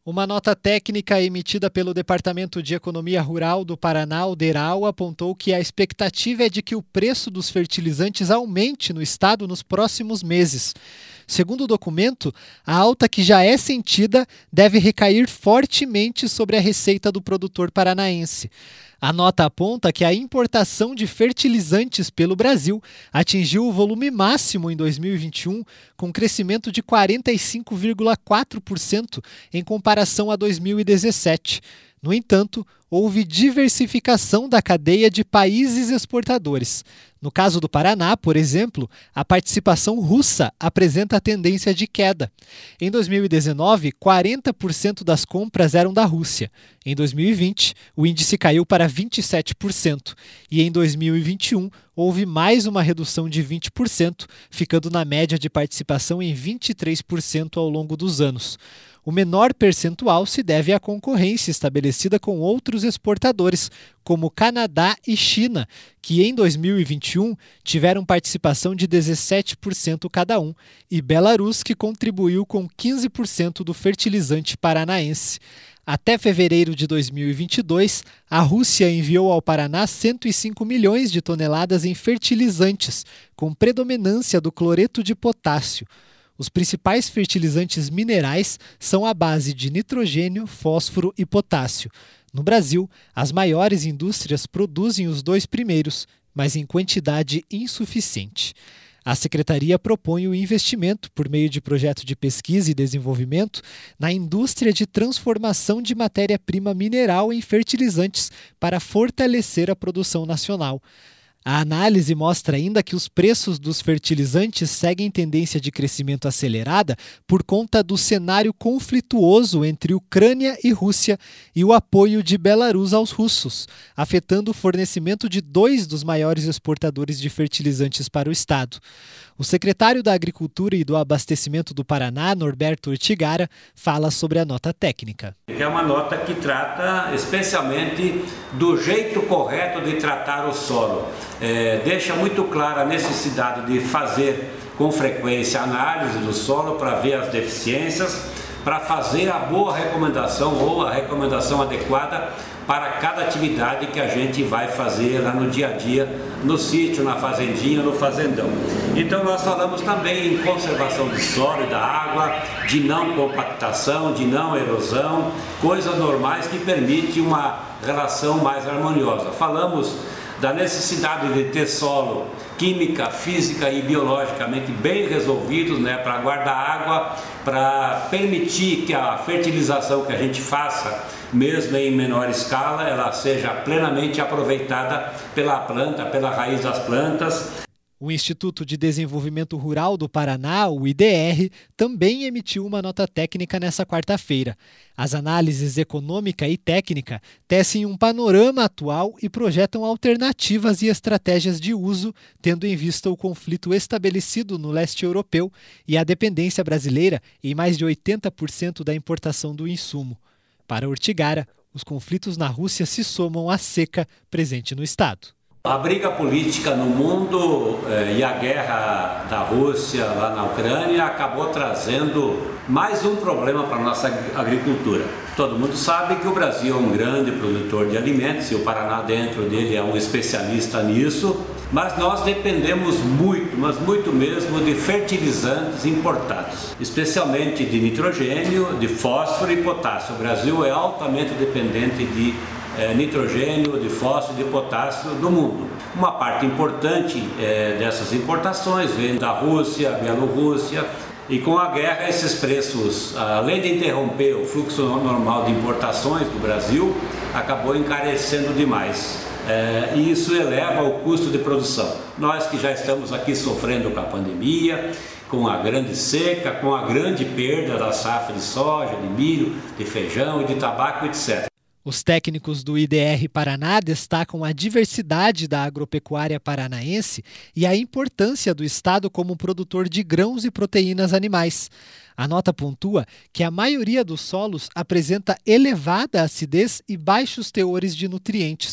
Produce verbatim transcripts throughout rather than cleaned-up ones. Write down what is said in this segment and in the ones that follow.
Uma nota técnica emitida pelo Departamento de Economia Rural do Paraná, o DERAL, apontou que a expectativa é de que o preço dos fertilizantes aumente no estado nos próximos meses. Segundo o documento, a alta que já é sentida deve recair fortemente sobre a receita do produtor paranaense. A nota aponta que a importação de fertilizantes pelo Brasil atingiu o volume máximo em dois mil e vinte e um, com crescimento de quarenta e cinco vírgula quatro por cento em comparação a dois mil e dezessete. No entanto, houve diversificação da cadeia de países exportadores. No caso do Paraná, por exemplo, a participação russa apresenta a tendência de queda. Em dois mil e dezenove, quarenta por cento das compras eram da Rússia. Em dois mil e vinte, o índice caiu para vinte e sete por cento. E em dois mil e vinte e um, houve mais uma redução de vinte por cento, ficando na média de participação em vinte e três por cento ao longo dos anos. O menor percentual se deve à concorrência estabelecida com outros exportadores, como Canadá e China, que em dois mil e vinte e um tiveram participação de dezessete por cento cada um, e Belarus, que contribuiu com quinze por cento do fertilizante paranaense. Até fevereiro de dois mil e vinte e dois, a Rússia enviou ao Paraná cento e cinco milhões de toneladas em fertilizantes, com predominância do cloreto de potássio. Os principais fertilizantes minerais são à base de nitrogênio, fósforo e potássio. No Brasil, as maiores indústrias produzem os dois primeiros, mas em quantidade insuficiente. A Secretaria propõe o investimento, por meio de projeto de pesquisa e desenvolvimento, na indústria de transformação de matéria-prima mineral em fertilizantes para fortalecer a produção nacional. A análise mostra ainda que os preços dos fertilizantes seguem tendência de crescimento acelerada por conta do cenário conflituoso entre Ucrânia e Rússia e o apoio de Belarus aos russos, afetando o fornecimento de dois dos maiores exportadores de fertilizantes para o estado. O secretário da Agricultura e do Abastecimento do Paraná, Norberto Ortigara, fala sobre a nota técnica. É uma nota que trata especialmente do jeito correto de tratar o solo. É, deixa muito clara a necessidade de fazer com frequência a análise do solo para ver as deficiências, para fazer a boa recomendação ou a recomendação adequada para cada atividade que a gente vai fazer lá no dia a dia, no sítio, na fazendinha, no fazendão. Então nós falamos também em conservação do solo e da água, de não compactação, de não erosão, coisas normais que permitem uma relação mais harmoniosa. Falamos da necessidade de ter solo química, física e biologicamente bem resolvidos, né, para guardar água, para permitir que a fertilização que a gente faça, mesmo em menor escala, ela seja plenamente aproveitada pela planta, pela raiz das plantas. O Instituto de Desenvolvimento Rural do Paraná, o I D R, também emitiu uma nota técnica nesta quarta-feira. As análises econômica e técnica tecem um panorama atual e projetam alternativas e estratégias de uso, tendo em vista o conflito estabelecido no leste europeu e a dependência brasileira em mais de oitenta por cento da importação do insumo. Para Ortigara, os conflitos na Rússia se somam à seca presente no estado. A briga política no mundo eh, e a guerra da Rússia lá na Ucrânia acabou trazendo mais um problema para a nossa agricultura. Todo mundo sabe que o Brasil é um grande produtor de alimentos e o Paraná dentro dele é um especialista nisso, mas nós dependemos muito, mas muito mesmo de fertilizantes importados, especialmente de nitrogênio, de fósforo e potássio. O Brasil é altamente dependente de É, nitrogênio, de fósforo e de potássio do mundo. Uma parte importante é, dessas importações vem da Rússia, Bielorrússia, e com a guerra esses preços, além de interromper o fluxo normal de importações do Brasil, acabou encarecendo demais. É, e isso eleva o custo de produção. Nós que já estamos aqui sofrendo com a pandemia, com a grande seca, com a grande perda da safra de soja, de milho, de feijão e de tabaco, etcétera. Os técnicos do I D R Paraná destacam a diversidade da agropecuária paranaense e a importância do estado como produtor de grãos e proteínas animais. A nota pontua que a maioria dos solos apresenta elevada acidez e baixos teores de nutrientes.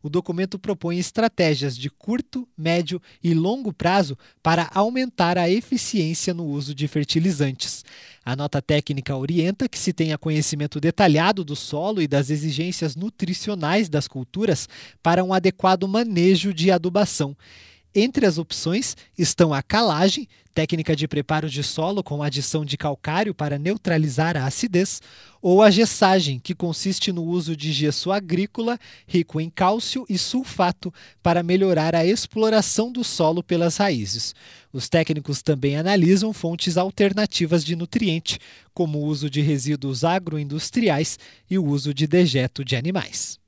o documento propõe estratégias de curto, médio e longo prazo para aumentar a eficiência no uso de fertilizantes. A nota técnica orienta que se tenha conhecimento detalhado do solo e das exigências nutricionais das culturas para um adequado manejo de adubação. Entre as opções estão a calagem, técnica de preparo de solo com adição de calcário para neutralizar a acidez, ou a gessagem, que consiste no uso de gesso agrícola rico em cálcio e sulfato para melhorar a exploração do solo pelas raízes. Os técnicos também analisam fontes alternativas de nutriente, como o uso de resíduos agroindustriais e o uso de dejeto de animais.